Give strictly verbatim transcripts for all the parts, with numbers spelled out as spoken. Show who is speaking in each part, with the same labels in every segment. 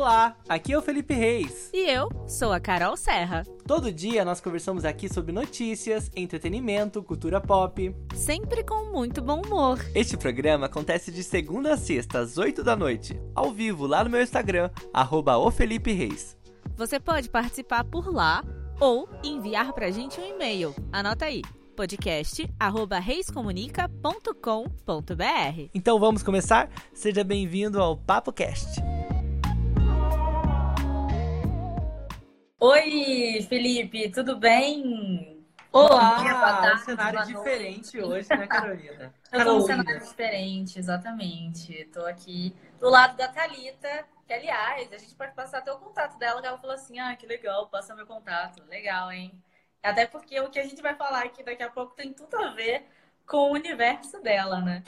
Speaker 1: Olá, aqui é o Felipe Reis.
Speaker 2: E eu sou a Carol Serra.
Speaker 1: Todo dia nós conversamos aqui sobre notícias, entretenimento, cultura pop.
Speaker 2: Sempre com muito bom humor.
Speaker 1: Este programa acontece de segunda a sexta, às oito da noite, ao vivo lá no meu Instagram, arroba o Felipe Reis.
Speaker 2: Você pode participar por lá ou enviar pra gente um e-mail. Anota aí, podcast arroba reiscomunica ponto com ponto br.
Speaker 1: Então vamos começar? Seja bem-vindo ao PapoCast.
Speaker 3: Oi, Felipe, tudo bem?
Speaker 1: Olá!
Speaker 3: Bom dia, boa tarde,
Speaker 1: Um cenário
Speaker 3: boa
Speaker 1: diferente
Speaker 3: noite.
Speaker 1: hoje, né, Carolina?
Speaker 3: Eu tô num cenário diferente, exatamente. Tô aqui do lado da Thalita, que, aliás, a gente pode passar até o contato dela, que ela falou assim, ah, que legal, passa meu contato. Legal, hein? Até porque o que a gente vai falar aqui daqui a pouco tem tudo a ver com o universo dela, né?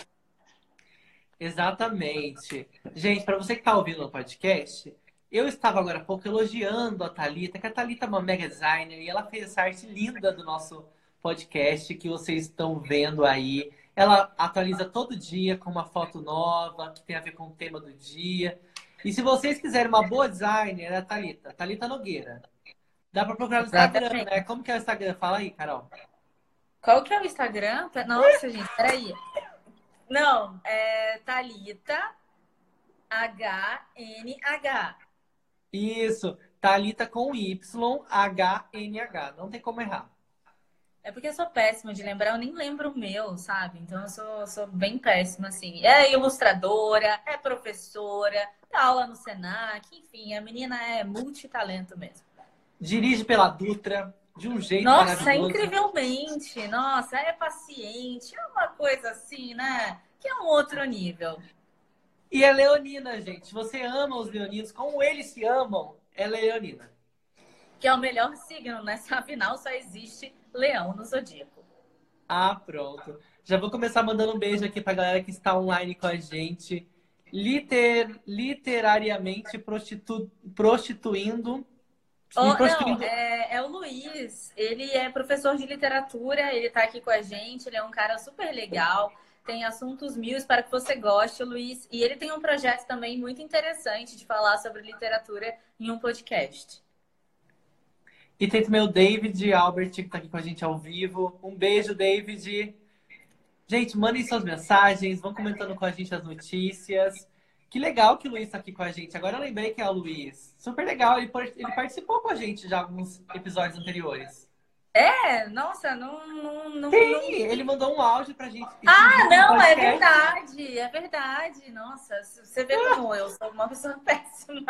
Speaker 1: Exatamente. Gente, para você que tá ouvindo o podcast, eu estava agora há pouco elogiando a Thalita, que a Thalita é uma mega designer e ela fez essa arte linda do nosso podcast que vocês estão vendo aí. Ela atualiza todo dia com uma foto nova, que tem a ver com o tema do dia. E se vocês quiserem uma boa designer, é a Thalita, Thalita Nogueira. Dá para procurar no Instagram,
Speaker 3: Exatamente.
Speaker 1: né? Como que é o Instagram? Fala aí, Carol.
Speaker 3: Qual que é o Instagram? Nossa, gente, peraí. Não, é Thalita H N H.
Speaker 1: Isso, Thalita com Y, H N H. Não tem como errar.
Speaker 3: É porque eu sou péssima de lembrar, eu nem lembro o meu, sabe? Então eu sou, sou bem péssima, assim. É ilustradora, é professora, dá aula no Senac, enfim, a menina é multitalento mesmo.
Speaker 1: Dirige pela Dutra, de um jeito
Speaker 3: Nossa,
Speaker 1: maravilhoso.
Speaker 3: incrivelmente! Nossa, é paciente, é uma coisa assim, né? Que é um outro nível.
Speaker 1: E é leonina, gente. Você ama os leoninos, como eles se amam, é leonina.
Speaker 3: Que é o melhor signo, né? Afinal, só existe leão no zodíaco.
Speaker 1: Ah, pronto. Já vou começar mandando um beijo aqui pra galera que está online com a gente. Liter... Literariamente prostitu... prostituindo...
Speaker 3: Oh,
Speaker 1: me prostituindo...
Speaker 3: não, é, é o Luiz. Ele é professor de literatura, ele tá aqui com a gente, ele é um cara super legal, tem assuntos mil, espero que você goste, Luiz. E ele tem um projeto também muito interessante de falar sobre literatura em um podcast.
Speaker 1: E tem também o David Albert, que tá aqui com a gente ao vivo. Um beijo, David. Gente, mandem suas mensagens, vão comentando com a gente as notícias. Que legal que o Luiz tá aqui com a gente. Agora eu lembrei que é o Luiz. Super legal, ele, ele participou com a gente já alguns episódios anteriores.
Speaker 3: É, nossa, não... não, não
Speaker 1: Tem,
Speaker 3: não...
Speaker 1: ele mandou um áudio pra gente.
Speaker 3: Ah, não, é
Speaker 1: podcast.
Speaker 3: verdade, é verdade. Nossa, você vê como eu sou uma pessoa péssima.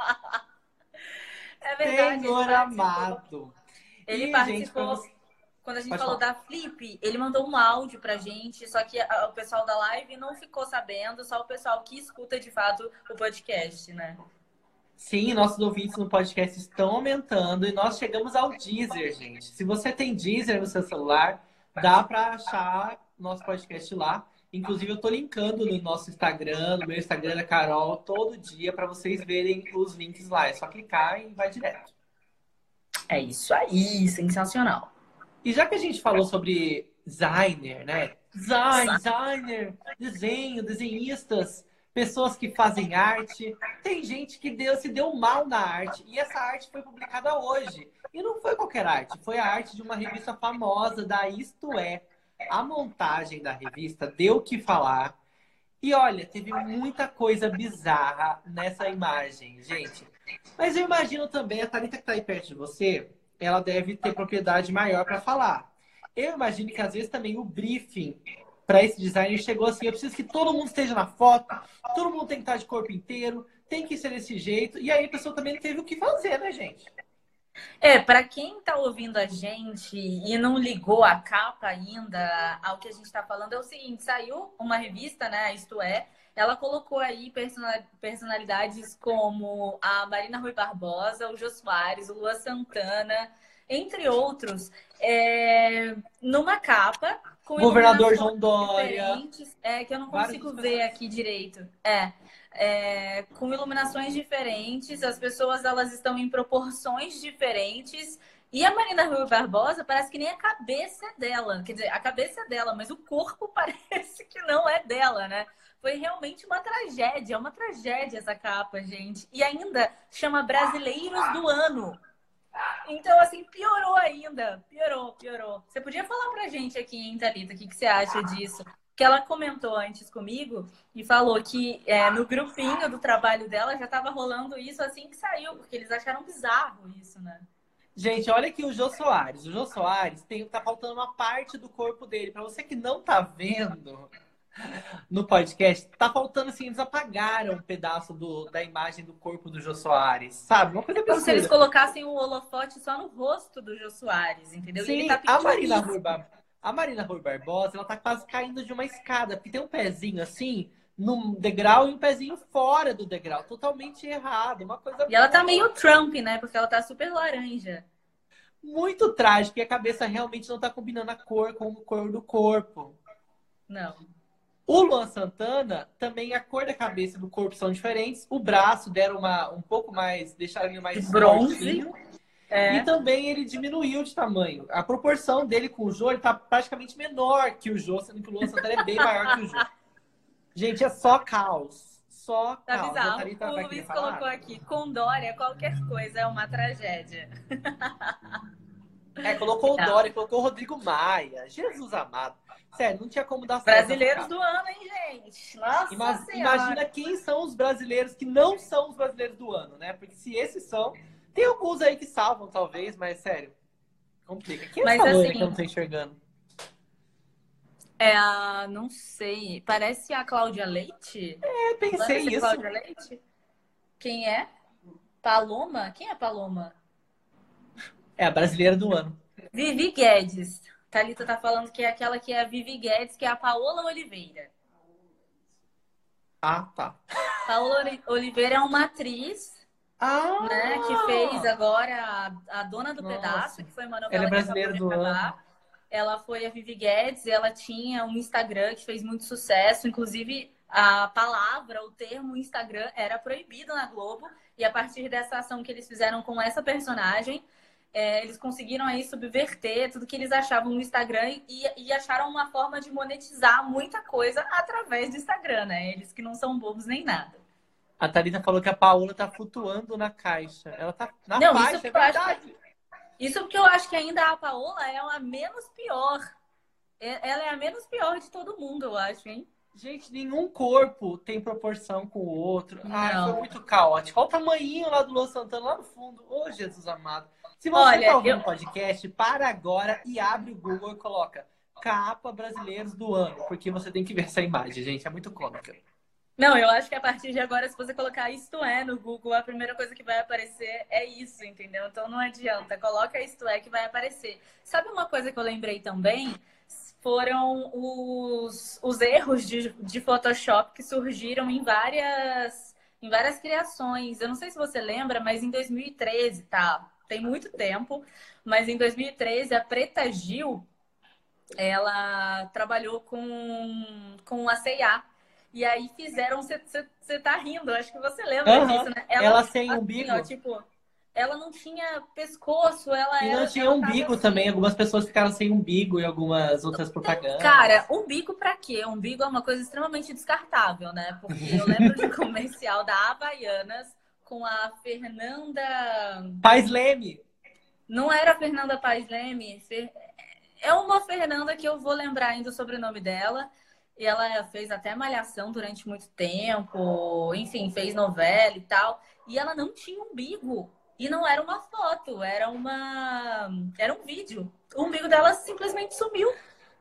Speaker 3: É verdade.
Speaker 1: Senhor
Speaker 3: ele participou.
Speaker 1: amado.
Speaker 3: Ele
Speaker 1: E,
Speaker 3: participou,
Speaker 1: gente, pra você...
Speaker 3: quando a gente
Speaker 1: Pode
Speaker 3: falou
Speaker 1: falar.
Speaker 3: da Flip, ele mandou um áudio pra gente, só que a- o pessoal da live não ficou sabendo, só o pessoal que escuta de fato o podcast, né?
Speaker 1: Sim, nossos ouvintes no podcast estão aumentando e nós chegamos ao Deezer, gente. Se você tem Deezer no seu celular, dá para achar nosso podcast lá. Inclusive, eu tô linkando no nosso Instagram, no meu Instagram da Carol, todo dia para vocês verem os links lá. É só clicar e vai direto.
Speaker 3: É isso aí, sensacional.
Speaker 1: E já que a gente falou sobre designer, né? Design, designer, desenho, desenhistas, pessoas que fazem arte. Tem gente que deu, se deu mal na arte. E essa arte foi publicada hoje. E não foi qualquer arte. Foi a arte de uma revista famosa da Isto É. A montagem da revista deu o que falar. E olha, teve muita coisa bizarra nessa imagem, gente. Mas eu imagino também, a Thalita que está aí perto de você, ela deve ter propriedade maior para falar. Eu imagino que às vezes também o briefing para esse designer chegou assim, eu preciso que todo mundo esteja na foto, todo mundo tem que estar de corpo inteiro, tem que ser desse jeito. E aí a pessoa também não teve o que fazer, né, gente?
Speaker 3: É, para quem tá ouvindo a gente e não ligou a capa ainda ao que a gente tá falando, é o seguinte, saiu uma revista, né, Isto É, ela colocou aí persona- personalidades como a Marina Rui Barbosa, o Jô Soares, o Luan Santana, entre outros, é, numa capa com
Speaker 1: Governador
Speaker 3: iluminações
Speaker 1: João Dória.
Speaker 3: diferentes, é, que eu não
Speaker 1: Várias
Speaker 3: consigo
Speaker 1: pessoas.
Speaker 3: ver aqui direito. É. É, com iluminações diferentes, as pessoas elas estão em proporções diferentes. E a Marina Rui Barbosa parece que nem a cabeça é dela. Quer dizer, a cabeça é dela, mas o corpo parece que não é dela, né? Foi realmente uma tragédia, uma tragédia essa capa, gente. E ainda chama Brasileiros do Ano. Então, assim, piorou ainda. Piorou, piorou. Você podia falar pra gente aqui, hein, Thalita, o que, que você acha disso? Que ela comentou antes comigo e falou que é, no grupinho do trabalho dela já tava rolando isso assim que saiu, porque eles acharam bizarro isso, né?
Speaker 1: Gente, olha aqui o Jô Soares. O Jô Soares tem, tá faltando uma parte do corpo dele. Pra você que não tá vendo no podcast, tá faltando assim, eles apagaram um pedaço do, da imagem do corpo do Jô Soares, sabe? Uma coisa
Speaker 3: Como se eles
Speaker 1: absurda.
Speaker 3: colocassem o holofote só no rosto do Jô Soares, entendeu? E ele
Speaker 1: Sim,
Speaker 3: tá
Speaker 1: a Marina
Speaker 3: pequenininho.
Speaker 1: Rui, Bar... a Marina Rui Barbosa, ela tá quase caindo de uma escada, porque tem um pezinho assim, num degrau e um pezinho fora do degrau, totalmente errado, uma coisa
Speaker 3: E ela tá meio Trump, né? Porque ela tá super laranja.
Speaker 1: muito trágica e a cabeça realmente não tá combinando a cor com a cor do corpo.
Speaker 3: Não.
Speaker 1: O Luan Santana, também a cor da cabeça e do corpo são diferentes. O braço deram uma, um pouco mais, deixaram ele mais
Speaker 3: De bronze.
Speaker 1: fortinho.
Speaker 3: É.
Speaker 1: E também ele diminuiu de tamanho. A proporção dele com o Jô, ele tá praticamente menor que o Jô, sendo que o Luan Santana é bem maior que o Jô. Gente, é só caos. Só
Speaker 3: Tá
Speaker 1: caos.
Speaker 3: bizarro.
Speaker 1: Thalita
Speaker 3: O
Speaker 1: vai
Speaker 3: Luiz
Speaker 1: querer falar?
Speaker 3: colocou aqui, com Dória, qualquer coisa é uma tragédia.
Speaker 1: É, colocou o Dória, colocou o Rodrigo Maia. Jesus amado. Sério, não tinha como dar certo.
Speaker 3: Brasileiros do ano, hein, gente? Nossa
Speaker 1: Ima-
Speaker 3: Senhora.
Speaker 1: Imagina quem são os brasileiros que não são os brasileiros do ano, né? Porque se esses são... Tem alguns aí que salvam, talvez, mas sério, complica. Quem é
Speaker 3: Mas,
Speaker 1: essa loira
Speaker 3: assim,
Speaker 1: que eu não tô enxergando?
Speaker 3: É a... Não sei. Parece a Cláudia Leite?
Speaker 1: É, pensei
Speaker 3: Parece a
Speaker 1: isso.
Speaker 3: Cláudia Leite? Quem é? Paloma? Quem é Paloma?
Speaker 1: É a brasileira do ano.
Speaker 3: Vivi Guedes. Thalita tá falando que é aquela que é a Vivi Guedes, que é a Paola Oliveira.
Speaker 1: Ah, tá.
Speaker 3: Paola Oli- Oliveira é uma atriz,
Speaker 1: Ah!
Speaker 3: né, que fez agora a, a Dona do
Speaker 1: Nossa.
Speaker 3: Pedaço, que foi uma
Speaker 1: Ela
Speaker 3: novela
Speaker 1: é
Speaker 3: que
Speaker 1: brasileira
Speaker 3: acabou de
Speaker 1: do
Speaker 3: acabar. Ela foi a Vivi Guedes, ela tinha um Instagram que fez muito sucesso, inclusive a palavra, o termo Instagram era proibido na Globo, e a partir dessa ação que eles fizeram com essa personagem, é, eles conseguiram aí subverter tudo que eles achavam no Instagram e, e acharam uma forma de monetizar muita coisa através do Instagram, né? Eles que não são bobos nem nada.
Speaker 1: A Thalita falou que a Paola tá flutuando na caixa. Ela tá na
Speaker 3: Não,
Speaker 1: faixa,
Speaker 3: isso
Speaker 1: é
Speaker 3: que eu acho
Speaker 1: verdade.
Speaker 3: Isso porque eu acho que ainda a Paola é a menos pior. É- Ela é a menos pior de todo mundo, eu acho, hein?
Speaker 1: Gente, nenhum corpo tem proporção com o outro. Ai, foi
Speaker 3: Não.
Speaker 1: muito caótico. Olha o tamanhinho lá do Luan Santana, lá no fundo. Ô, Jesus amado. Se você
Speaker 3: Olha,
Speaker 1: tá ouvindo
Speaker 3: eu-
Speaker 1: o podcast, para agora e abre o Google e coloca capa brasileiros do ano. Porque você tem que ver essa imagem, gente. É muito cômica.
Speaker 3: Não, eu acho que a partir de agora, se você colocar isto é no Google, a primeira coisa que vai aparecer é isso, entendeu? Então não adianta. Coloca isto é que vai aparecer. Sabe uma coisa que eu lembrei também? Foram os, os erros de, de Photoshop que surgiram em várias, em várias criações. Eu não sei se você lembra, mas em dois mil e treze, tá? Tem muito tempo, mas em dois mil e treze a Preta Gil, ela trabalhou com, com a C e A. E aí fizeram, você tá rindo, acho que você lembra
Speaker 1: Aham.
Speaker 3: disso, né?
Speaker 1: Ela sem
Speaker 3: assim,
Speaker 1: umbigo.
Speaker 3: ó, tipo, ela não tinha pescoço, ela
Speaker 1: E
Speaker 3: era.
Speaker 1: não tinha
Speaker 3: ela tava
Speaker 1: umbigo
Speaker 3: assim.
Speaker 1: também. Algumas pessoas ficaram sem umbigo em algumas outras propagandas.
Speaker 3: Cara, umbigo pra quê? Umbigo é uma coisa extremamente descartável, né? Porque eu lembro de um comercial da Havaianas com a Fernanda.
Speaker 1: Paz Leme.
Speaker 3: Não era a Fernanda Paes Leme. Fer- É uma Fernanda que eu vou lembrar ainda o sobrenome dela. E ela fez até Malhação durante muito tempo. Enfim, fez novela e tal. E ela não tinha umbigo. E não era uma foto, era uma. Era um vídeo. O umbigo dela simplesmente sumiu.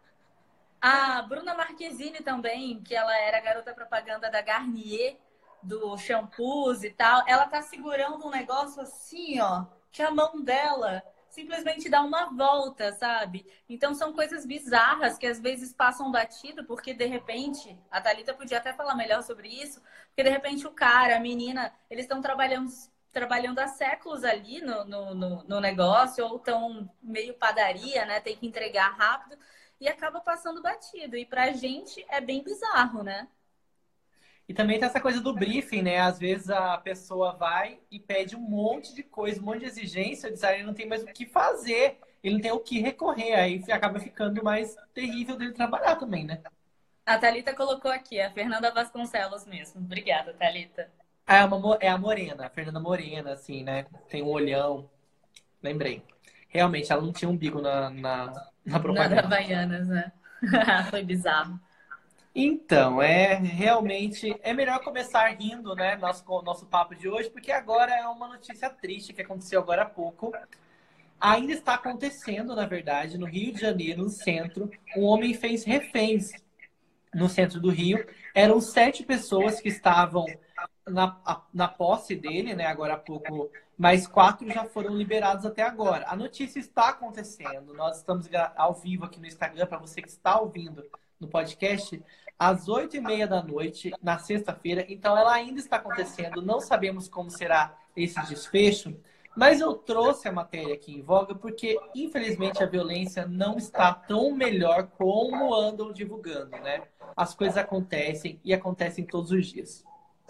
Speaker 3: A Bruna Marquezine também, que ela era a garota propaganda da Garnier, do shampoos e tal, ela tá segurando um negócio assim, ó, que a mão dela simplesmente dá uma volta, sabe? Então são coisas bizarras que às vezes passam batido, porque de repente, a Thalita podia até falar melhor sobre isso, porque de repente o cara, a menina, eles estão trabalhando trabalhando há séculos ali no, no, no, no negócio, ou estão meio padaria, né? Tem que entregar rápido. E acaba passando batido. E pra gente é bem bizarro, né?
Speaker 1: E também tem essa coisa do briefing, né? Às vezes a pessoa vai e pede um monte de coisa, um monte de exigência, o designer não tem mais o que fazer, ele não tem o que recorrer, aí acaba ficando mais terrível dele trabalhar também, né?
Speaker 3: A Thalita colocou aqui, a Fernanda Vasconcelos mesmo. Obrigada, Thalita.
Speaker 1: É, uma, é a Morena, a Fernanda Morena, assim, né? Tem um olhão. Lembrei. Realmente, ela não tinha umbigo na, na, na
Speaker 3: Nada
Speaker 1: propaganda.
Speaker 3: Havaianas, né? Foi bizarro.
Speaker 1: Então, é realmente é melhor começar rindo, né? Nosso, nosso papo de hoje, porque agora é uma notícia triste que aconteceu agora há pouco. Ainda está acontecendo, na verdade, no Rio de Janeiro, no centro, um homem fez reféns no centro do Rio. Eram sete pessoas que estavam na, na posse dele, né? Agora há pouco, mas quatro já foram liberados até agora. A notícia está acontecendo. Nós estamos ao vivo aqui no Instagram, para você que está ouvindo no podcast, às oito e meia da noite, na sexta-feira. Então, ela ainda está acontecendo. Não sabemos como será esse desfecho. Mas eu trouxe a matéria aqui em voga porque, infelizmente, a violência não está tão melhor como andam divulgando, né? As coisas acontecem e acontecem todos os dias.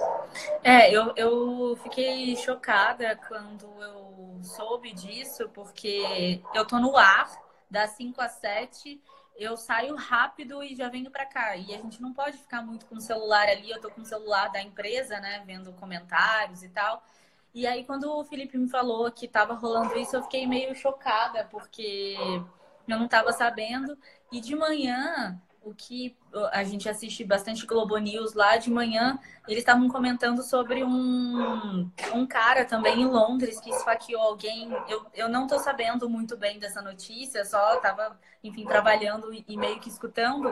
Speaker 3: É, eu, eu fiquei chocada quando eu soube disso, porque eu tô no ar, das cinco às sete, eu saio rápido e já venho pra cá. E a gente não pode ficar muito com o celular ali, eu tô com o celular da empresa, né, vendo comentários e tal. E aí, quando o Felipe me falou que estava rolando isso, eu fiquei meio chocada, porque eu não estava sabendo. E de manhã, o que a gente assiste bastante Globo News lá, de manhã, eles estavam comentando sobre um, um cara também em Londres que esfaqueou alguém. Eu, eu não estou sabendo muito bem dessa notícia, só estava, enfim, trabalhando e meio que escutando.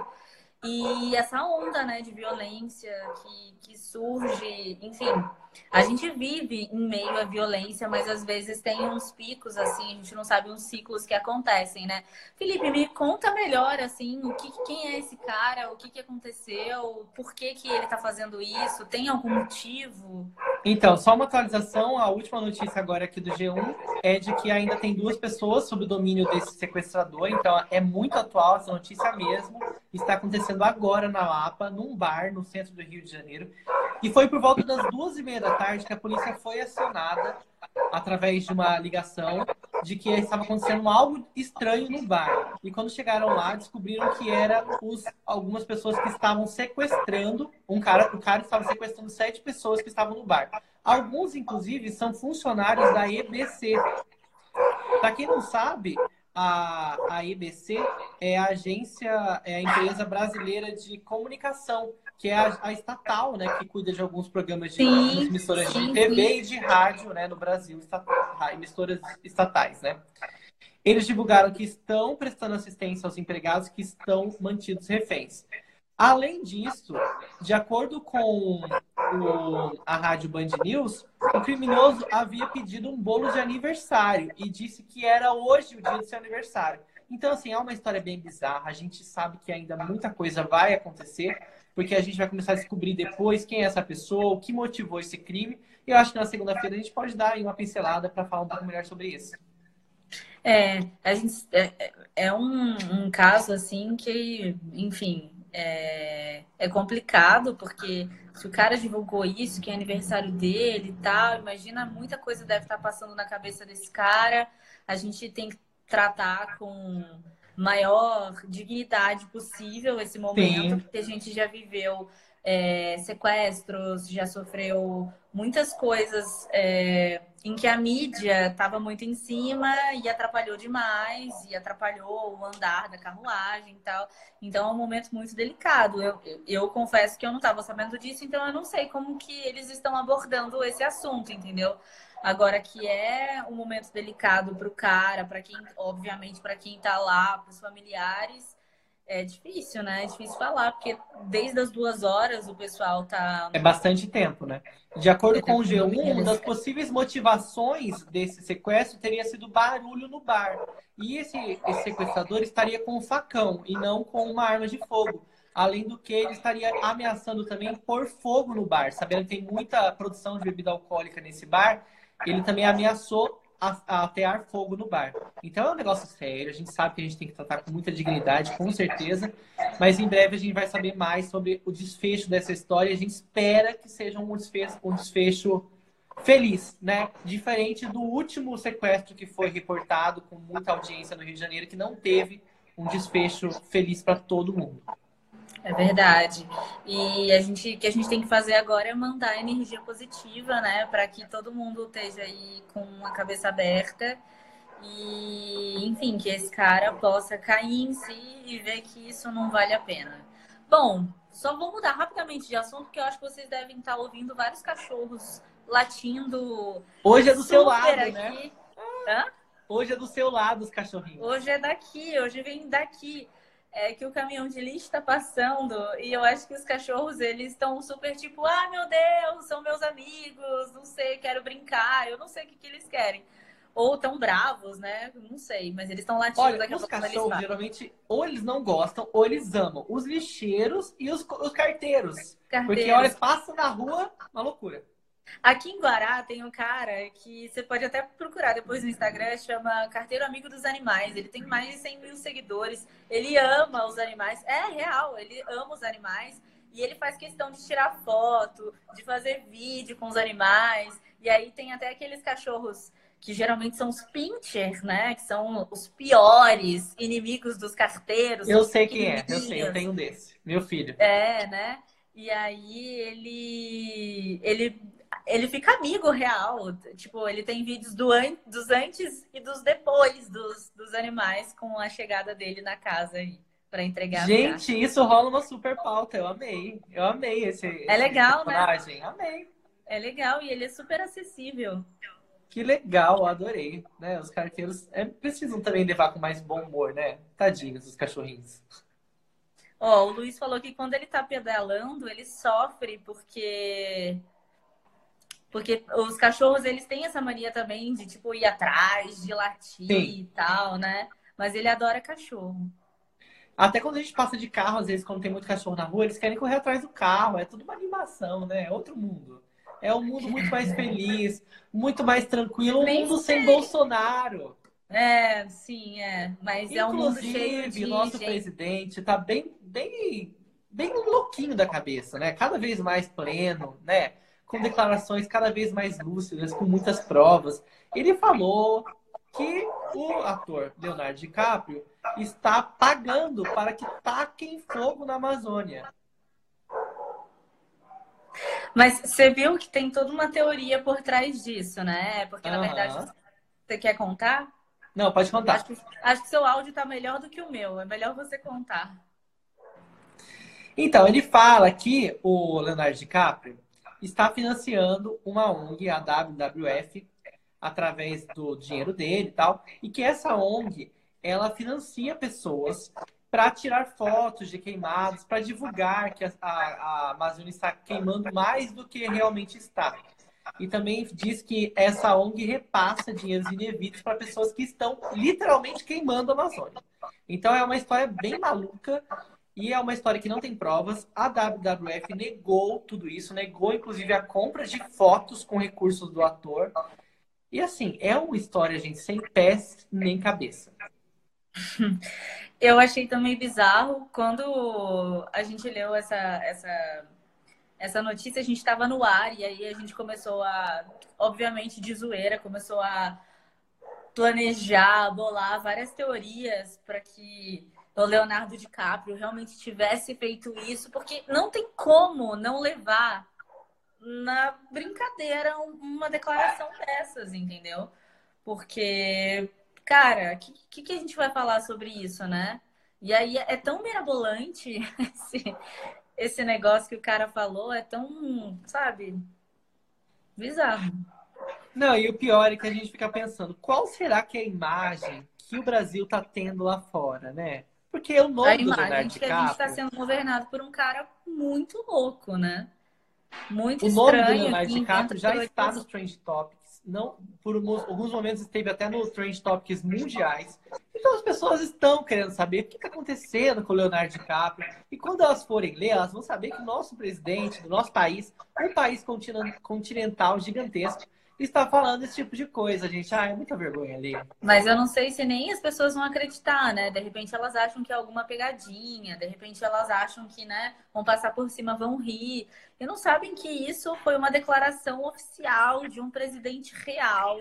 Speaker 3: E essa onda, né, de violência que, que surge, enfim, a gente vive em meio à violência, mas às vezes tem uns picos, assim, a gente não sabe uns ciclos que acontecem, né? Felipe, me conta melhor, assim, o que, quem é esse cara, o que, que aconteceu, por que, que ele tá fazendo isso, tem algum motivo?
Speaker 1: Então, só uma atualização, a última notícia agora aqui do G um é de que ainda tem duas pessoas sob o domínio desse sequestrador, então é muito atual essa notícia mesmo, está acontecendo agora na Lapa, num bar no centro do Rio de Janeiro, e foi por volta das duas e meia da tarde que a polícia foi acionada através de uma ligação de que estava acontecendo algo estranho no bar. E quando chegaram lá, descobriram que era os, algumas pessoas que estavam sequestrando um cara, o cara estava sequestrando sete pessoas que estavam no bar. Alguns, inclusive, são funcionários da E B C. Para quem não sabe, a, a E B C é a agência, é a empresa brasileira de comunicação, que é a, a estatal, né, que cuida de alguns programas de
Speaker 3: Sim,
Speaker 1: emissoras
Speaker 3: sim,
Speaker 1: de T V
Speaker 3: sim.
Speaker 1: e de rádio, né, no Brasil, emissoras estatais, né? Eles divulgaram que estão prestando assistência aos empregados que estão mantidos reféns. Além disso, de acordo com o, a rádio Band News, o criminoso havia pedido um bolo de aniversário e disse que era hoje o dia do seu aniversário. Então, assim, é uma história bem bizarra. A gente sabe que ainda muita coisa vai acontecer, porque a gente vai começar a descobrir depois quem é essa pessoa, o que motivou esse crime. E eu acho que na segunda-feira a gente pode dar aí uma pincelada para falar um pouco melhor sobre isso.
Speaker 3: É, a gente, é, é um, um caso assim que, enfim, é, é complicado, porque se o cara divulgou isso, que é aniversário dele e tal, imagina muita coisa deve estar passando na cabeça desse cara. A gente tem que tratar com maior dignidade possível esse momento,
Speaker 1: Sim.
Speaker 3: porque a gente já viveu é, sequestros, já sofreu muitas coisas é, em que a mídia estava muito em cima e atrapalhou demais, e atrapalhou o andar da carruagem e tal. Então é um momento muito delicado. Eu, eu, eu confesso que eu não estava sabendo disso, então eu não sei como que eles estão abordando esse assunto, entendeu? Agora que é um momento delicado para o cara, para quem, obviamente, para quem está lá, para os familiares, é difícil, né? É difícil falar, porque desde as duas horas o pessoal tá.
Speaker 1: É bastante tempo, né? De acordo com o G um, uma das
Speaker 3: Eles-
Speaker 1: possíveis motivações desse sequestro teria sido barulho no bar. E esse, esse sequestrador estaria com um facão e não com uma arma de fogo. Além do que, ele estaria ameaçando também pôr fogo no bar. Sabendo que tem muita produção de bebida alcoólica nesse bar, ele também ameaçou a, a tear fogo no bar. Então é um negócio sério, a gente sabe que a gente tem que tratar com muita dignidade, com certeza, mas em breve a gente vai saber mais sobre o desfecho dessa história e a gente espera que seja um desfecho, um desfecho feliz, né? Diferente do último sequestro que foi reportado com muita audiência no Rio de Janeiro, que não teve um desfecho feliz para todo mundo.
Speaker 3: É verdade. E a gente, o que a gente tem que fazer agora é mandar energia positiva, né? Para que todo mundo esteja aí com a cabeça aberta e, enfim, que esse cara possa cair em si e ver que isso não vale a pena. Bom, só vou mudar rapidamente de assunto, porque eu acho que vocês devem estar ouvindo vários cachorros latindo
Speaker 1: Hoje é do seu
Speaker 3: super
Speaker 1: lado, né?
Speaker 3: aqui. Hã?
Speaker 1: Hoje é do seu lado os cachorrinhos.
Speaker 3: Hoje é daqui, hoje vem daqui. É que o caminhão de lixo está passando e eu acho que os cachorros, eles estão super tipo, ah, meu Deus, são meus amigos, não sei, quero brincar, eu não sei o que, que eles querem. Ou tão bravos, né? Não sei, mas eles estão latindo
Speaker 1: Olha,
Speaker 3: daqui a
Speaker 1: os
Speaker 3: pouco eles
Speaker 1: cachorros
Speaker 3: vão.
Speaker 1: geralmente ou eles não gostam ou eles amam os lixeiros e os, os carteiros. Porque, olha,
Speaker 3: Carteiros.
Speaker 1: passa na rua, uma loucura.
Speaker 3: Aqui em Guará tem um cara que você pode até procurar depois no Instagram, chama Carteiro Amigo dos Animais. Ele tem mais de cem mil seguidores. Ele ama os animais. É real, ele ama os animais. E ele faz questão de tirar foto, de fazer vídeo com os animais. E aí tem até aqueles cachorros que geralmente são os pincher, né? Que são os piores inimigos dos carteiros.
Speaker 1: Eu
Speaker 3: São os
Speaker 1: sei quem é, eu sei, eu
Speaker 3: pequenininhos.
Speaker 1: tenho um desse. Meu filho.
Speaker 3: É, né? E aí ele ele ele fica amigo real. Tipo, ele tem vídeos do an dos antes e dos depois dos, dos animais com a chegada dele na casa aí para entregar as
Speaker 1: Gente,
Speaker 3: caixas.
Speaker 1: isso rola uma super pauta. Eu amei. Eu amei esse,
Speaker 3: É
Speaker 1: esse
Speaker 3: legal, né?
Speaker 1: personagem. Amei.
Speaker 3: É legal e ele é super acessível.
Speaker 1: Que legal, eu adorei. Né? Os carteiros é, precisam também levar com mais bom humor, né? Tadinhos, os cachorrinhos.
Speaker 3: Ó, o Luiz falou que quando ele tá pedalando, ele sofre porque porque os cachorros, eles têm essa mania também de tipo ir atrás, de latir
Speaker 1: Sim.
Speaker 3: e tal, né? Mas ele adora cachorro.
Speaker 1: Até quando a gente passa de carro, às vezes, quando tem muito cachorro na rua, eles querem correr atrás do carro. É tudo uma animação, né? É outro mundo. É um mundo muito mais feliz, muito mais tranquilo. Um
Speaker 3: Nem
Speaker 1: mundo sem
Speaker 3: sei.
Speaker 1: Bolsonaro.
Speaker 3: É, sim, é. Mas é um mundo cheio
Speaker 1: Inclusive,
Speaker 3: de
Speaker 1: o nosso
Speaker 3: gente.
Speaker 1: presidente tá bem, bem, bem louquinho da cabeça, né? Cada vez mais pleno, né? Com declarações cada vez mais lúcidas, com muitas provas. Ele falou que o ator Leonardo DiCaprio está pagando para que taquem fogo na Amazônia.
Speaker 3: Mas você viu que tem toda uma teoria por trás disso, né? Porque, na verdade,
Speaker 1: Aham.
Speaker 3: você quer contar?
Speaker 1: Não, pode
Speaker 3: Acho
Speaker 1: contar.
Speaker 3: que, acho que seu áudio tá melhor do que o meu. É melhor você contar.
Speaker 1: Então, ele fala que o Leonardo DiCaprio está financiando uma O N G, a W W F, através do dinheiro dele e tal, e que essa O N G, ela financia pessoas para tirar fotos de queimados, para divulgar que a, a, a Amazônia está queimando mais do que realmente está. E também diz que essa O N G repassa dinheiros indevidos para pessoas que estão literalmente queimando a Amazônia. Então é uma história bem maluca e é uma história que não tem provas. A W W F negou tudo isso, negou inclusive a compra de fotos com recursos do ator. E assim, é uma história, gente, sem pés nem cabeça.
Speaker 3: Eu achei também bizarro quando a gente leu essa, essa, essa notícia, a gente estava no ar e aí a gente começou a, obviamente de zoeira, começou a planejar, bolar várias teorias para que o Leonardo DiCaprio realmente tivesse feito isso, porque não tem como não levar na brincadeira uma declaração dessas, entendeu? Porque, cara, o que, que, que a gente vai falar sobre isso, né? E aí é tão mirabolante esse, esse negócio que o cara falou, é tão, sabe, bizarro.
Speaker 1: Não, e o pior é que a gente fica pensando, qual será que é a imagem que o Brasil tá tendo lá fora, né? Porque o
Speaker 3: A
Speaker 1: nome do
Speaker 3: imagem
Speaker 1: Leonardo
Speaker 3: de que a gente está
Speaker 1: DiCaprio,
Speaker 3: sendo governado por um cara muito louco, né? Muito
Speaker 1: o nome do
Speaker 3: estranho,
Speaker 1: Leonardo
Speaker 3: que inventa
Speaker 1: DiCaprio já está
Speaker 3: teorias.
Speaker 1: nos Trend Topics, não, por alguns alguns momentos esteve até nos Trend Topics mundiais. Então as pessoas estão querendo saber o que está acontecendo com o Leonardo DiCaprio. E quando elas forem ler, elas vão saber que o nosso presidente do nosso país, um país continental gigantesco, está falando esse tipo de coisa, gente. Ah, é muita vergonha ler.
Speaker 3: Mas eu não sei se nem as pessoas vão acreditar, né? De repente elas acham que é alguma pegadinha, de repente elas acham que, né, vão passar por cima, vão rir. E não sabem que isso foi uma declaração oficial de um presidente real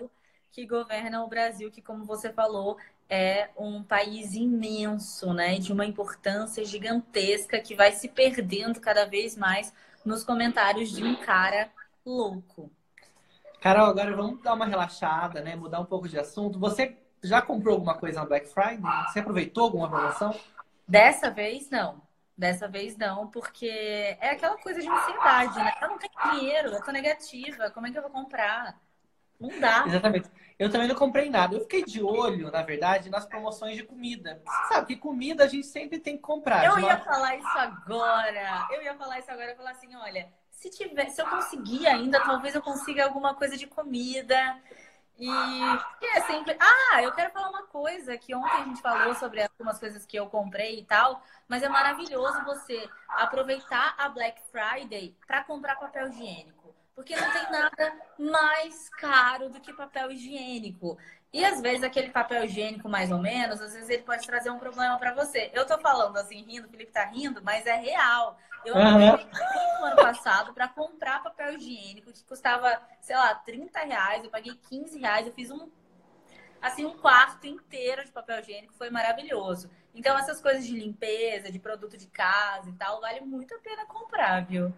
Speaker 3: que governam o Brasil, que, como você falou, é um país imenso, né? De uma importância gigantesca que vai se perdendo cada vez mais nos comentários de um cara louco.
Speaker 1: Carol, agora vamos dar uma relaxada, né? Mudar um pouco de assunto. Você já comprou alguma coisa na Black Friday? Você aproveitou alguma promoção?
Speaker 3: Dessa vez, não. Dessa vez, não, porque é aquela coisa de ansiedade, né? Eu não tenho dinheiro, eu tô negativa, como é que eu vou comprar? Não dá.
Speaker 1: Exatamente. Eu também não comprei nada. Eu fiquei de olho, na verdade, nas promoções de comida. Você sabe que comida a gente sempre tem que comprar.
Speaker 3: Eu
Speaker 1: De
Speaker 3: ia
Speaker 1: uma...
Speaker 3: falar isso agora. Eu ia falar isso agora. Eu ia falar assim, olha, se tiver, se eu conseguir ainda, talvez eu consiga alguma coisa de comida. E que é sempre. Ah, eu quero falar uma coisa que ontem a gente falou sobre algumas coisas que eu comprei e tal, mas é maravilhoso você aproveitar a Black Friday para comprar papel higiênico. Porque não tem nada mais caro do que papel higiênico. E às vezes aquele papel higiênico, mais ou menos, às vezes ele pode trazer um problema para você. Eu tô falando assim, rindo, o Felipe tá rindo, mas é real. Eu
Speaker 1: Aham.
Speaker 3: aproveitei muito no ano passado para comprar papel higiênico, que custava, sei lá, trinta reais. Eu paguei quinze reais. Eu fiz um, assim, um quarto inteiro de papel higiênico. Foi maravilhoso. Então, essas coisas de limpeza, de produto de casa e tal, vale muito a pena comprar, viu?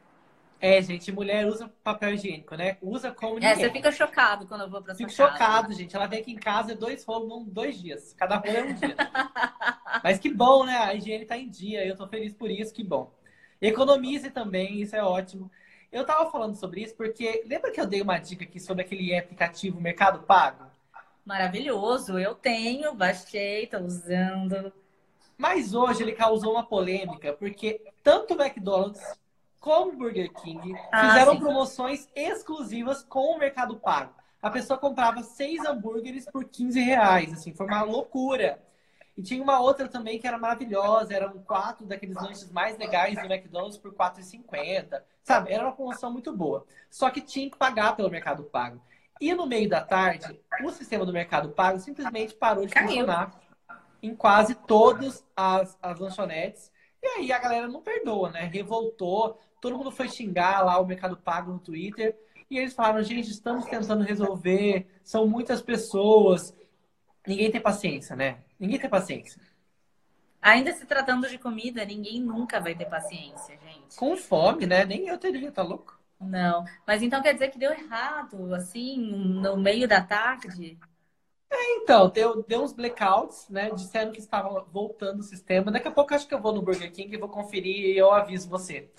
Speaker 1: É, gente, mulher usa papel higiênico, né? Usa como
Speaker 3: É, você
Speaker 1: ninguém.
Speaker 3: fica chocado quando eu vou pra sua
Speaker 1: Fico
Speaker 3: casa.
Speaker 1: chocado, gente. Ela vem aqui em casa, é dois rolos em dois dias. Cada rolo é um dia. Mas que bom, né? A higiene tá em dia. Eu tô feliz por isso, que bom. Economize também, isso é ótimo. Eu tava falando sobre isso porque lembra que eu dei uma dica aqui sobre aquele aplicativo Mercado Pago?
Speaker 3: Maravilhoso. Eu tenho, baixei, tô usando.
Speaker 1: Mas hoje ele causou uma polêmica porque tanto o McDonald's como o Burger King
Speaker 3: Ah,
Speaker 1: fizeram
Speaker 3: sim.
Speaker 1: promoções exclusivas com o Mercado Pago. A pessoa comprava seis hambúrgueres por quinze reais, assim, foi uma loucura. E tinha uma outra também que era maravilhosa, eram quatro daqueles lanches mais legais do McDonald's por quatro reais e cinquenta centavos. Sabe, era uma promoção muito boa. Só que tinha que pagar pelo Mercado Pago. E no meio da tarde, o sistema do Mercado Pago simplesmente parou de
Speaker 3: Caiu.
Speaker 1: funcionar em quase todas as, as lanchonetes. E aí a galera não perdoa, né? Revoltou, todo mundo foi xingar lá o Mercado Pago no Twitter. E eles falaram, gente, estamos tentando resolver, são muitas pessoas. Ninguém tem paciência, né? Ninguém tem paciência.
Speaker 3: Ainda se tratando de comida, ninguém nunca vai ter paciência, gente.
Speaker 1: Com fome, né? Nem eu teria, tá louco?
Speaker 3: Não. Mas então quer dizer que deu errado, assim, no meio da tarde?
Speaker 1: Então, deu, deu uns blackouts, né? Disseram que estava voltando o sistema. Daqui a pouco acho que eu vou no Burger King e vou conferir e eu aviso você.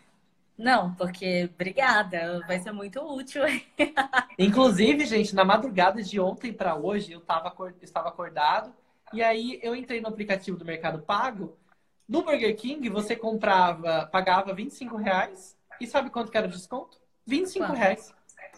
Speaker 3: Não, porque obrigada, vai ser muito útil.
Speaker 1: Inclusive, gente, na madrugada de ontem para hoje, eu tava, acor- estava acordado e aí eu entrei no aplicativo do Mercado Pago. No Burger King, você comprava, pagava vinte e cinco reais. E sabe quanto que era o desconto? vinte e cinco
Speaker 3: Quanto?
Speaker 1: reais.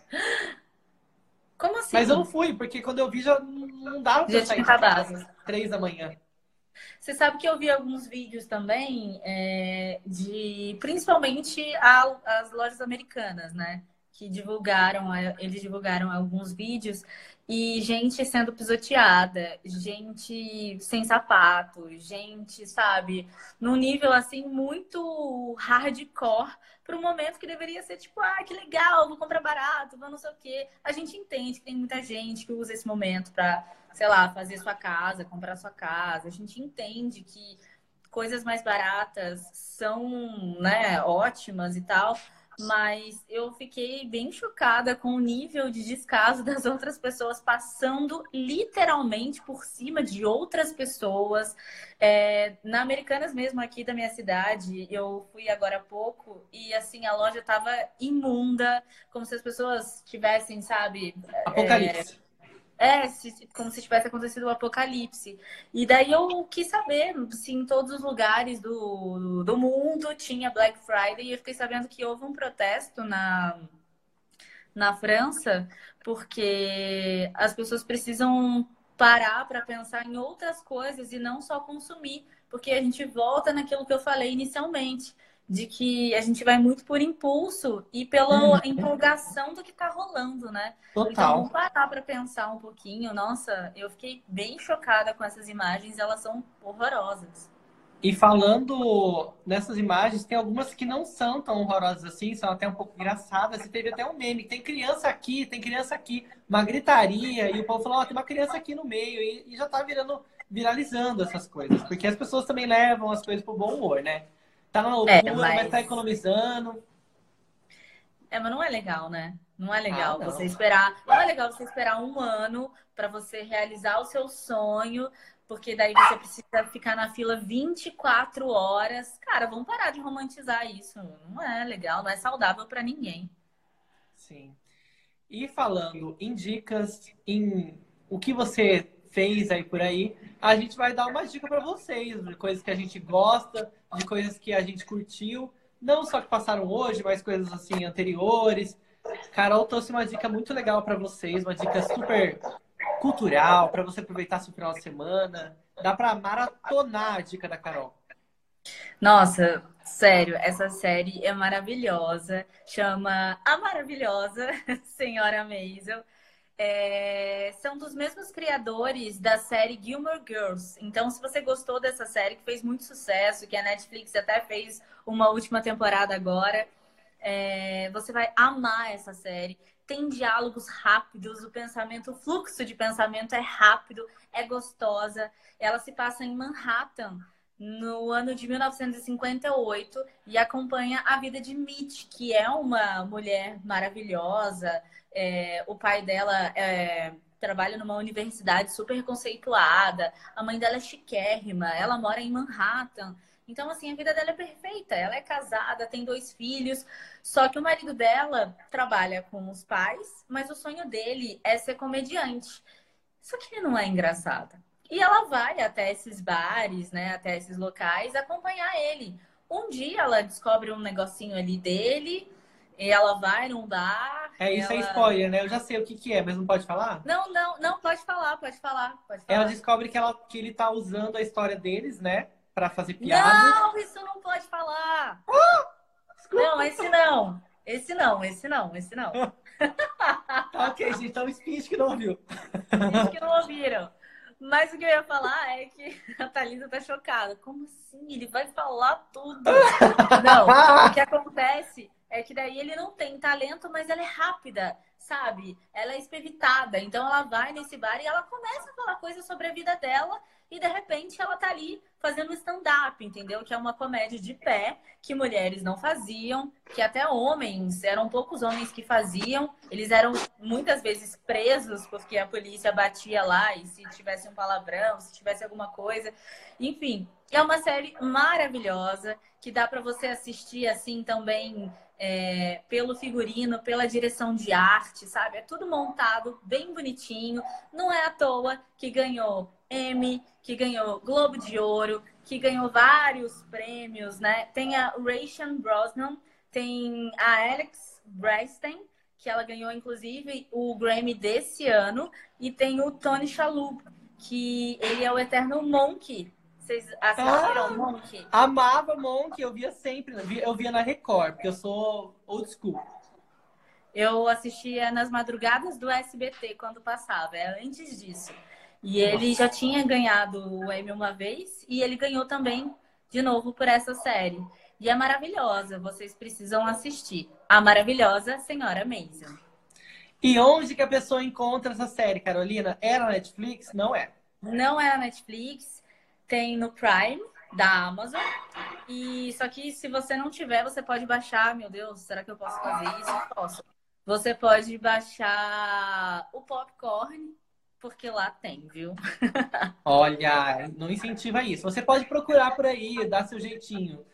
Speaker 3: Como
Speaker 1: Mas eu não
Speaker 3: assim?
Speaker 1: fui, porque quando eu vi já não não dava para
Speaker 3: Já
Speaker 1: eu
Speaker 3: tinha
Speaker 1: sair de
Speaker 3: acabado.
Speaker 1: casa três da manhã.
Speaker 3: Você sabe que eu vi alguns vídeos também é, de principalmente a- as lojas americanas, né? Que divulgaram, é, eles divulgaram alguns vídeos e gente sendo pisoteada, gente sem sapato, gente, sabe, num nível assim muito hardcore para um momento que deveria ser tipo, ah, que legal, vou comprar barato, vou não sei o quê. A gente entende que tem muita gente que usa esse momento para, sei lá, fazer sua casa, comprar sua casa. A gente entende que coisas mais baratas são, né, ótimas e tal, mas eu fiquei bem chocada com o nível de descaso das outras pessoas passando literalmente por cima de outras pessoas. É, na Americanas mesmo, aqui da minha cidade, eu fui agora há pouco e assim a loja tava imunda, como se as pessoas tivessem, sabe,
Speaker 1: Apocalipse.
Speaker 3: é, se- como se tivesse acontecido o apocalipse. E daí eu quis saber se em todos os lugares do, do mundo tinha Black Friday. E eu fiquei sabendo que houve um protesto na, na França, porque as pessoas precisam parar para pensar em outras coisas e não só consumir. Porque a gente volta naquilo que eu falei inicialmente, de que a gente vai muito por impulso e pela
Speaker 1: Uhum.
Speaker 3: empolgação do que está rolando, né? Então
Speaker 1: Total.
Speaker 3: vamos parar para pensar um pouquinho. Nossa, eu fiquei bem chocada com essas imagens, elas são horrorosas.
Speaker 1: E falando nessas imagens, tem algumas que não são tão horrorosas assim, são até um pouco engraçadas. E teve até um meme, tem criança aqui, tem criança aqui, uma gritaria, e o povo falou, ó, oh, tem uma criança aqui no meio, e, e já tá virando, viralizando essas coisas. Porque as pessoas também levam as coisas pro bom humor, né? Tá na
Speaker 3: É,
Speaker 1: loucura,
Speaker 3: mas...
Speaker 1: mas tá economizando.
Speaker 3: É, mas não é legal, né? Não é
Speaker 1: Ah,
Speaker 3: legal
Speaker 1: não.
Speaker 3: você esperar. Não é legal você esperar um ano para você realizar o seu sonho, porque daí você precisa ficar na fila vinte e quatro horas. Cara, vamos parar de romantizar isso. Não é legal, não é saudável para ninguém.
Speaker 1: Sim. E falando em dicas, em o que você fez aí por aí, a gente vai dar uma dica para vocês, de coisas que a gente gosta, de coisas que a gente curtiu, não só que passaram hoje, mas coisas assim anteriores. Carol trouxe uma dica muito legal para vocês, uma dica super cultural, para você aproveitar seu final de semana. Dá para maratonar a dica da Carol.
Speaker 3: Nossa, sério, essa série é maravilhosa. Chama A Maravilhosa Senhora Maisel. É, são dos mesmos criadores da série Gilmore Girls. Então, se você gostou dessa série, que fez muito sucesso, que a Netflix até fez uma última temporada agora, é, você vai amar essa série. Tem diálogos rápidos, o pensamento, o fluxo de pensamento é rápido, é gostosa. Ela se passa em Manhattan, no ano de mil novecentos e cinquenta e oito, e acompanha a vida de Mitch, que é uma mulher maravilhosa. É, o pai dela é, trabalha numa universidade super conceituada, a mãe dela é chiquérrima, ela mora em Manhattan. Então, assim, a vida dela é perfeita. Ela é casada, tem dois filhos, só que o marido dela trabalha com os pais, mas o sonho dele é ser comediante. Só que ele não é engraçado. E ela vai até esses bares, né, até esses locais, acompanhar ele. Um dia ela descobre um negocinho ali dele, e ela vai num bar.
Speaker 1: É, isso
Speaker 3: ela...
Speaker 1: é spoiler, né? Eu já sei o que que é, mas não pode falar?
Speaker 3: Não, não, não, pode falar, pode falar, pode falar.
Speaker 1: Ela descobre que, ela, que ele tá usando a história deles, né? Pra fazer piada.
Speaker 3: Não, isso não pode falar. Não, esse não. Esse não, esse não, esse não.
Speaker 1: Tá ok, gente. Então, finge que não ouviu.
Speaker 3: Finge que não ouviram. Mas o que eu ia falar é que a Thalita tá chocada. Como assim? Ele vai falar tudo. Não, o que acontece é que daí ele não tem talento, mas ela é rápida, sabe? Ela é espiritada. Então ela vai nesse bar e ela começa a falar coisas sobre a vida dela e de repente ela tá ali fazendo stand-up, entendeu? Que é uma comédia de pé que mulheres não faziam, que até homens, eram poucos homens que faziam. Eles eram muitas vezes presos porque a polícia batia lá e se tivesse um palavrão, se tivesse alguma coisa. Enfim, é uma série maravilhosa que dá para você assistir assim também é, pelo figurino, pela direção de arte, sabe? É tudo montado bem bonitinho. Não é à toa que ganhou Emmy, que ganhou Globo de Ouro, que ganhou vários prêmios, né? Tem a Rachel Brosnan, tem a Alex Bernstein, que ela ganhou, inclusive, o Grammy desse ano, e tem o Tony Shalhoub, que ele é o eterno Monk. Vocês assistiram
Speaker 1: Ah,
Speaker 3: Monk?
Speaker 1: amava Monk, eu via sempre. Eu via na Record, porque eu sou old school.
Speaker 3: Eu assistia nas madrugadas do S B T, quando passava, é antes disso. E ele
Speaker 1: Nossa.
Speaker 3: já tinha ganhado o Emmy uma vez, e ele ganhou também de novo por essa série. E é maravilhosa, vocês precisam assistir. A Maravilhosa Senhora Maisel.
Speaker 1: E onde que a pessoa encontra essa série, Carolina? É na Netflix? Não é.
Speaker 3: Não é na Netflix, tem no Prime da Amazon. E só que se você não tiver, você pode baixar. Meu Deus, será que eu posso fazer isso? Posso. Você pode baixar o Popcorn, porque lá tem, viu?
Speaker 1: Olha, não incentiva isso. Você pode procurar por aí, dar seu jeitinho.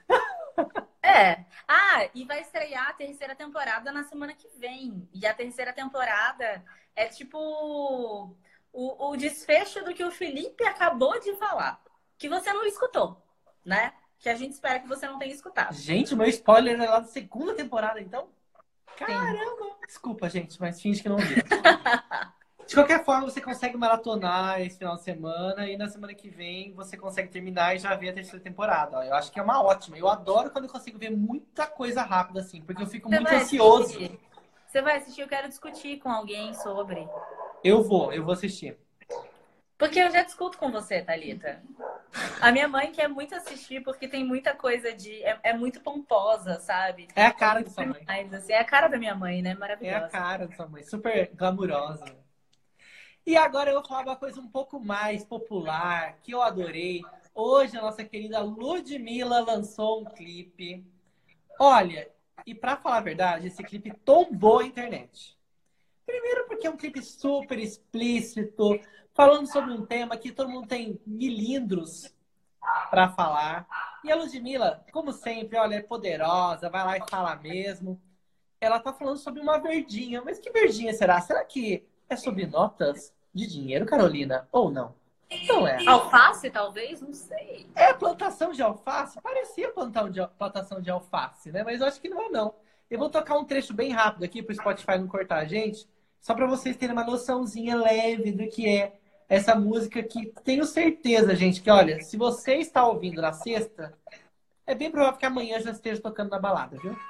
Speaker 3: É. Ah, e vai estrear a terceira temporada na semana que vem. E a terceira temporada é tipo o, o desfecho do que o Felipe acabou de falar. Que você não escutou, né? Que a gente espera que você não tenha escutado.
Speaker 1: Gente, o meu spoiler é lá da segunda temporada, então?
Speaker 3: Sim.
Speaker 1: Caramba! Desculpa, gente, mas finge que não viu. De qualquer forma, você consegue maratonar esse final de semana e na semana que vem você consegue terminar e já ver a terceira temporada. Eu acho que é uma ótima. Eu adoro quando eu consigo ver muita coisa rápida assim, porque eu fico
Speaker 3: Você
Speaker 1: muito
Speaker 3: vai
Speaker 1: ansioso.
Speaker 3: assistir? Você vai assistir? Eu quero discutir com alguém sobre.
Speaker 1: Eu vou, eu vou assistir.
Speaker 3: Porque eu já discuto com você, Thalita. A minha mãe quer muito assistir porque tem muita coisa de... É, é muito pomposa, sabe?
Speaker 1: É a cara de sua mãe.
Speaker 3: Mas, assim, é a cara da minha mãe, né?
Speaker 1: É a
Speaker 3: Maravilhosa.
Speaker 1: cara de sua mãe. Super glamurosa. E agora eu vou falar uma coisa um pouco mais popular, que eu adorei. Hoje a nossa querida Ludmilla lançou um clipe. Olha, e pra falar a verdade, esse clipe tombou a internet. Primeiro porque é um clipe super explícito, falando sobre um tema que todo mundo tem milindros para falar. E a Ludmilla, como sempre, olha, é poderosa, vai lá e fala mesmo. Ela tá falando sobre uma verdinha. Mas que verdinha será? Será que é sobre notas de dinheiro, Carolina? Ou não? Não é.
Speaker 3: Alface, talvez? Não sei.
Speaker 1: É plantação de alface? Parecia plantão de, plantação de alface, né? Mas eu acho que não é, não. Eu vou tocar um trecho bem rápido aqui pro Spotify não cortar a gente, só para vocês terem uma noçãozinha leve do que é essa música que tenho certeza, gente, que olha, se você está ouvindo na sexta, é bem provável que amanhã já esteja tocando na balada, viu?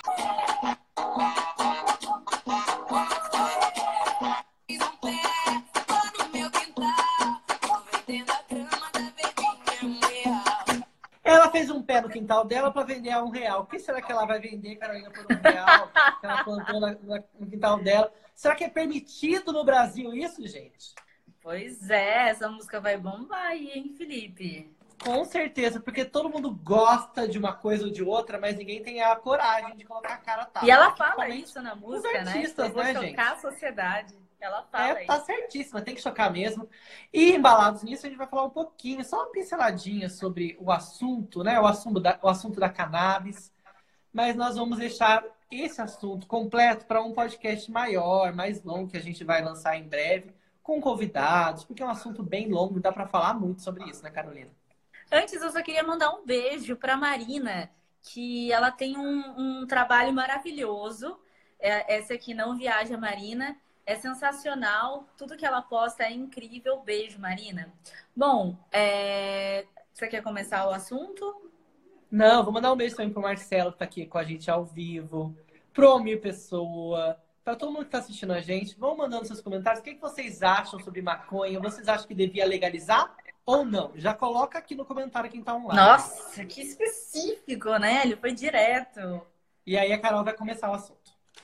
Speaker 1: Ela fez um pé no quintal dela para vender a um real. O que será que ela vai vender, Carolina, por um real? Que ela plantou na, na, no quintal dela. Será que é permitido no Brasil isso, gente?
Speaker 3: Pois é, essa música vai bombar aí, hein, Felipe?
Speaker 1: Com certeza, porque todo mundo gosta de uma coisa ou de outra, mas ninguém tem a coragem de colocar a cara a tapa.
Speaker 3: E ela fala isso na música,
Speaker 1: os artistas,
Speaker 3: né?
Speaker 1: né,
Speaker 3: chocar
Speaker 1: gente?
Speaker 3: a sociedade. Ela fala
Speaker 1: É, tá
Speaker 3: isso.
Speaker 1: certíssima, tem que chocar mesmo. E embalados nisso, a gente vai falar um pouquinho, só uma pinceladinha sobre o assunto, né? O assunto da, o assunto da cannabis. Mas nós vamos deixar esse assunto completo para um podcast maior, mais longo, que a gente vai lançar em breve, com convidados, porque é um assunto bem longo, dá para falar muito sobre isso, né, Carolina?
Speaker 3: Antes, eu só queria mandar um beijo para Marina, que ela tem um, um trabalho maravilhoso. É, essa aqui, Não Viaja, Marina. É sensacional. Tudo que ela posta é incrível. Beijo, Marina. Bom, é... você quer começar o assunto?
Speaker 1: Não, vou mandar um beijo também pro Marcelo, que tá aqui com a gente ao vivo, pro Almir Pessoa, para todo mundo que tá assistindo a gente. Vão mandando seus comentários. O que, que vocês acham sobre maconha? Vocês acham que devia legalizar ou não? Já coloca aqui no comentário quem tá online.
Speaker 3: Nossa, que específico, né? Ele foi direto.
Speaker 1: E aí a Carol vai começar o assunto.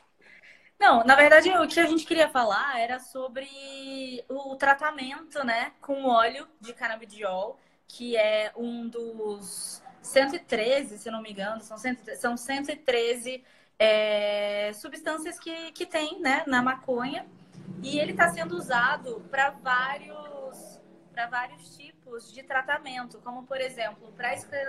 Speaker 3: Não, na verdade, o que a gente queria falar era sobre o tratamento, né, com óleo de canabidiol, que é um dos cento e treze, se não me engano, são cento, são cento e treze é, substâncias que, que tem, né, na maconha. E ele está sendo usado para vários, para vários tipos de tratamento, como, por exemplo, para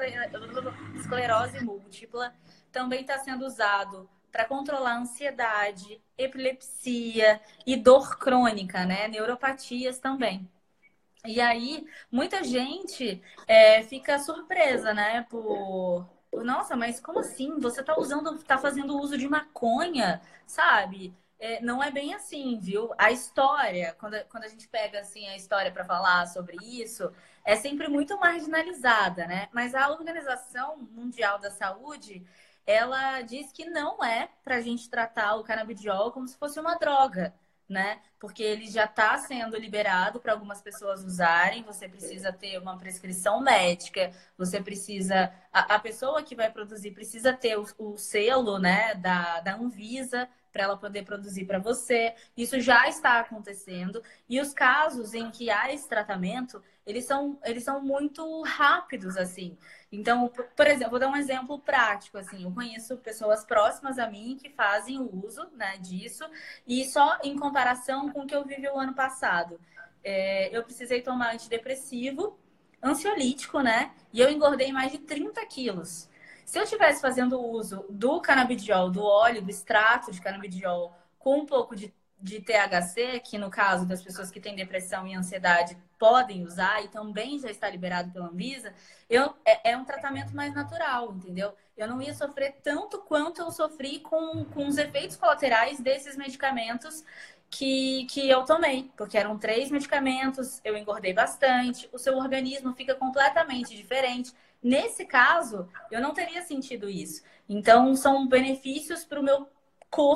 Speaker 3: esclerose múltipla, também está sendo usado para controlar a ansiedade, epilepsia e dor crônica, né? Neuropatias também. E aí, muita gente é, fica surpresa, né? Por, por, nossa, mas como assim? Você tá usando, tá fazendo uso de maconha, sabe? É, não é bem assim, viu? A história, quando, quando a gente pega assim a história para falar sobre isso, é sempre muito marginalizada, né? Mas a Organização Mundial da Saúde, ela diz que não é para a gente tratar o canabidiol como se fosse uma droga, né? Porque ele já está sendo liberado para algumas pessoas usarem. Você precisa ter uma prescrição médica, você precisa... A, a pessoa que vai produzir precisa ter o, o selo, né, da, da Anvisa para ela poder produzir para você. Isso já está acontecendo. E os casos em que há esse tratamento, eles são, eles são muito rápidos, assim. Então, por exemplo, vou dar um exemplo prático, assim. Eu conheço pessoas próximas a mim que fazem o uso, né, disso. E só em comparação com o que eu vivi o ano passado. É, eu precisei tomar antidepressivo, ansiolítico, né? E eu engordei mais de trinta quilos. Se eu estivesse fazendo uso do canabidiol, do óleo, do extrato de canabidiol, com um pouco de, de T H C, que no caso das pessoas que têm depressão e ansiedade podem usar e também já está liberado pela Anvisa, eu, é, é um tratamento mais natural, entendeu? Eu não ia sofrer tanto quanto eu sofri com, com os efeitos colaterais desses medicamentos que, que eu tomei, porque eram três medicamentos, eu engordei bastante, o seu organismo fica completamente diferente. Nesse caso, eu não teria sentido isso. Então, são benefícios para o meu corpo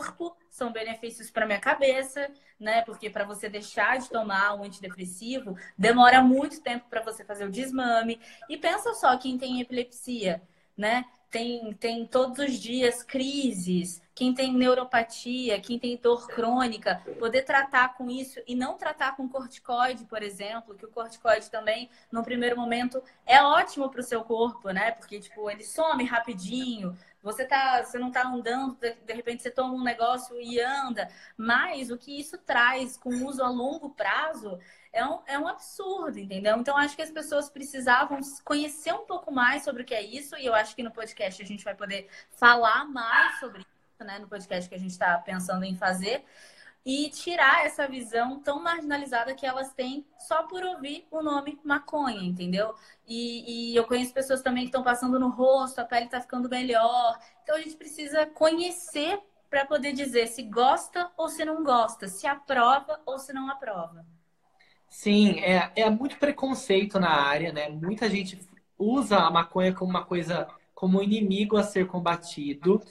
Speaker 3: são benefícios para minha cabeça, né? Porque para você deixar de tomar um antidepressivo, demora muito tempo para você fazer o desmame. E pensa só, quem tem epilepsia, né? Tem, tem todos os dias crises, quem tem neuropatia, quem tem dor crônica, poder tratar com isso e não tratar com corticoide, por exemplo, que o corticoide também, no primeiro momento, é ótimo para o seu corpo, né? Porque, tipo, ele some rapidinho, você, tá, você não tá andando, de, de repente você toma um negócio e anda, mas o que isso traz com uso a longo prazo é um, é um absurdo, entendeu? Então, acho que as pessoas precisavam conhecer um pouco mais sobre o que é isso, e eu acho que no podcast a gente vai poder falar mais sobre isso, né? No podcast que a gente está pensando em fazer, e tirar essa visão tão marginalizada que elas têm só por ouvir o nome maconha, entendeu? E, e eu conheço pessoas também que estão passando no rosto, a pele está ficando melhor. Então, a gente precisa conhecer para poder dizer se gosta ou se não gosta, se aprova ou se não aprova.
Speaker 1: Sim, é, é muito preconceito na área, né? Muita gente usa a maconha como uma coisa, como um inimigo a ser combatido.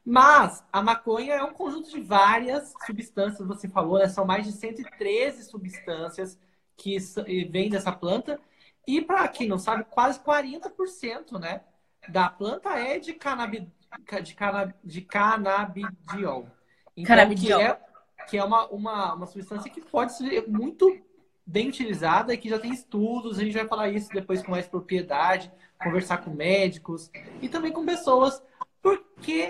Speaker 1: Mas a maconha é um conjunto de várias substâncias, você falou, né? São mais de cento e treze substâncias que vêm dessa planta. E para quem não sabe, quase quarenta por cento, né, da planta é de, canabi, de, cana, de canabidiol. Então,
Speaker 3: Canabidiol.
Speaker 1: que é, que é uma, uma, uma substância que pode ser muito bem utilizada e que já tem estudos, a gente vai falar isso depois com mais propriedade, conversar com médicos e também com pessoas. Por que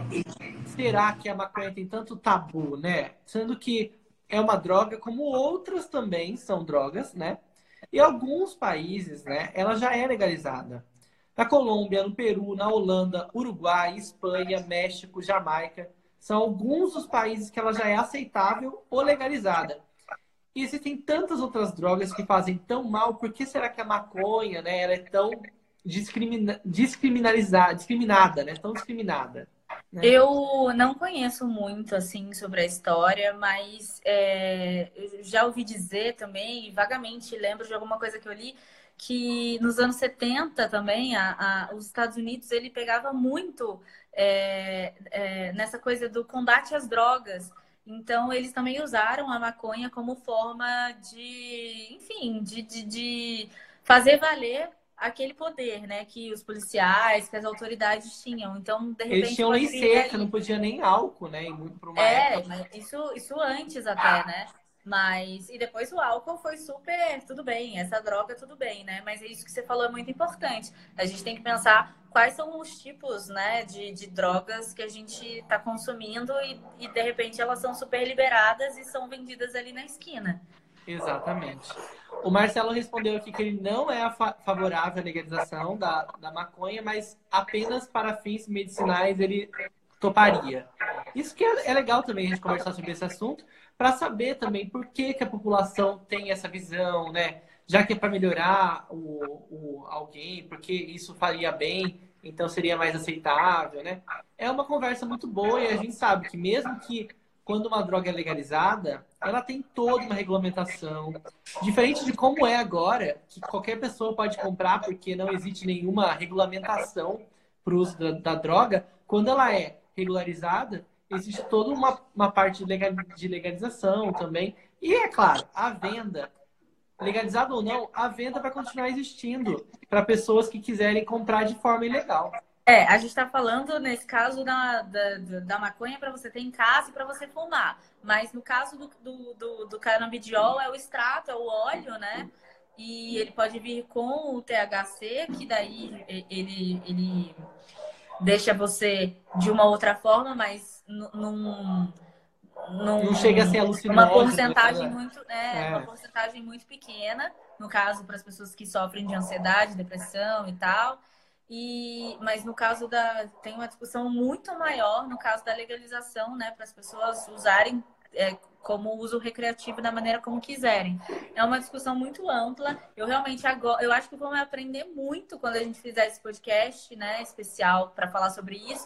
Speaker 1: será que a maconha tem tanto tabu, né? Sendo que é uma droga como outras também são drogas, né? E alguns países, né, ela já é legalizada. Na Colômbia, no Peru, na Holanda, Uruguai, Espanha, México, Jamaica, são alguns dos países que ela já é aceitável ou legalizada. E existem tantas outras drogas que fazem tão mal, por que será que a maconha, né, ela é tão discrimina... discriminalizada, discriminada, né? Tão discriminada. Né?
Speaker 3: Eu não conheço muito, assim, sobre a história, mas é, eu já ouvi dizer também, e vagamente lembro de alguma coisa que eu li, que nos anos setenta também, a, a, os Estados Unidos, ele pegava muito é, é, nessa coisa do combate às drogas. Então, eles também usaram a maconha como forma de, enfim, de, de, de fazer valer aquele poder, né, que os policiais, que as autoridades tinham. Então, de repente...
Speaker 1: Eles tinham lei seca,
Speaker 3: aí...
Speaker 1: não podia nem álcool, né? E muito por uma
Speaker 3: é,
Speaker 1: época.
Speaker 3: isso, isso antes até, né? Mas... E depois o álcool foi super... Tudo bem, essa droga tudo bem, né? Mas é isso que você falou, é muito importante. A gente tem que pensar quais são os tipos, né, de, de drogas que a gente está consumindo e, e, de repente, elas são super liberadas e são vendidas ali na esquina.
Speaker 1: Exatamente. O Marcelo respondeu aqui que ele não é favorável à legalização da, da maconha, mas apenas para fins medicinais ele toparia. Isso que é, é legal também a gente conversar sobre esse assunto, para saber também por que, que a população tem essa visão, né? Já que é para melhorar o, o, alguém, porque isso faria bem, então seria mais aceitável, né? É uma conversa muito boa e a gente sabe que mesmo que quando uma droga é legalizada, ela tem toda uma regulamentação. Diferente de como é agora, que qualquer pessoa pode comprar porque não existe nenhuma regulamentação para o uso da, da droga, quando ela é regularizada, existe toda uma, uma parte de legalização também. E, é claro, a venda, legalizada ou não, a venda vai continuar existindo para pessoas que quiserem comprar de forma ilegal.
Speaker 3: É, a gente está falando, nesse caso, da, da, da maconha para você ter em casa e para você fumar. Mas no caso do, do, do, do canabidiol, é o extrato, é o óleo, né? E ele pode vir com o T H C, que daí ele, ele deixa você de uma outra forma, mas num... Num,
Speaker 1: não chega a ser alucinógeno.
Speaker 3: Uma porcentagem,
Speaker 1: né?
Speaker 3: muito, é,
Speaker 1: é.
Speaker 3: uma porcentagem muito pequena, no caso, para as pessoas que sofrem de ansiedade, depressão e tal. E, mas no caso da... Tem uma discussão muito maior no caso da legalização, né? Para as pessoas usarem é, como uso recreativo da maneira como quiserem. É uma discussão muito ampla. Eu realmente agora... Eu acho que vamos aprender muito quando a gente fizer esse podcast, né? Especial para falar sobre isso.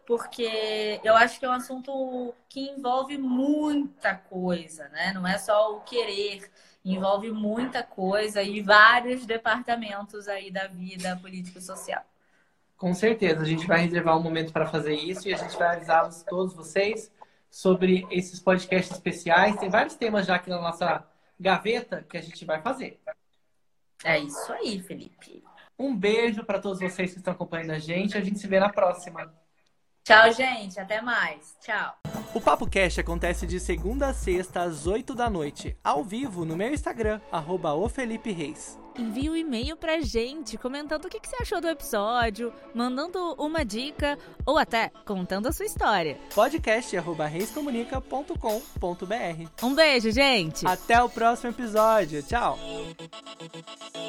Speaker 3: Porque eu acho que é um assunto que envolve muita coisa, né? Não é só o querer, envolve muita coisa e vários departamentos aí da vida político-social.
Speaker 1: Com certeza, a gente vai reservar um momento para fazer isso e a gente vai avisá-los todos vocês sobre esses podcasts especiais. Tem vários temas já aqui na nossa gaveta que a gente vai fazer.
Speaker 3: É isso aí, Felipe.
Speaker 1: Um beijo para todos vocês que estão acompanhando a gente. A gente se vê na próxima.
Speaker 3: Tchau, gente. Até mais. Tchau.
Speaker 4: O Papo Cast acontece de segunda a sexta, às oito da noite, ao vivo no meu Instagram, arroba o Felipe Reis.
Speaker 2: Envie um e-mail pra gente comentando o que você achou do episódio, mandando uma dica ou até contando a sua história.
Speaker 4: podcast arroba reis comunica ponto com ponto br.
Speaker 2: Um beijo, gente!
Speaker 4: Até o próximo episódio. Tchau!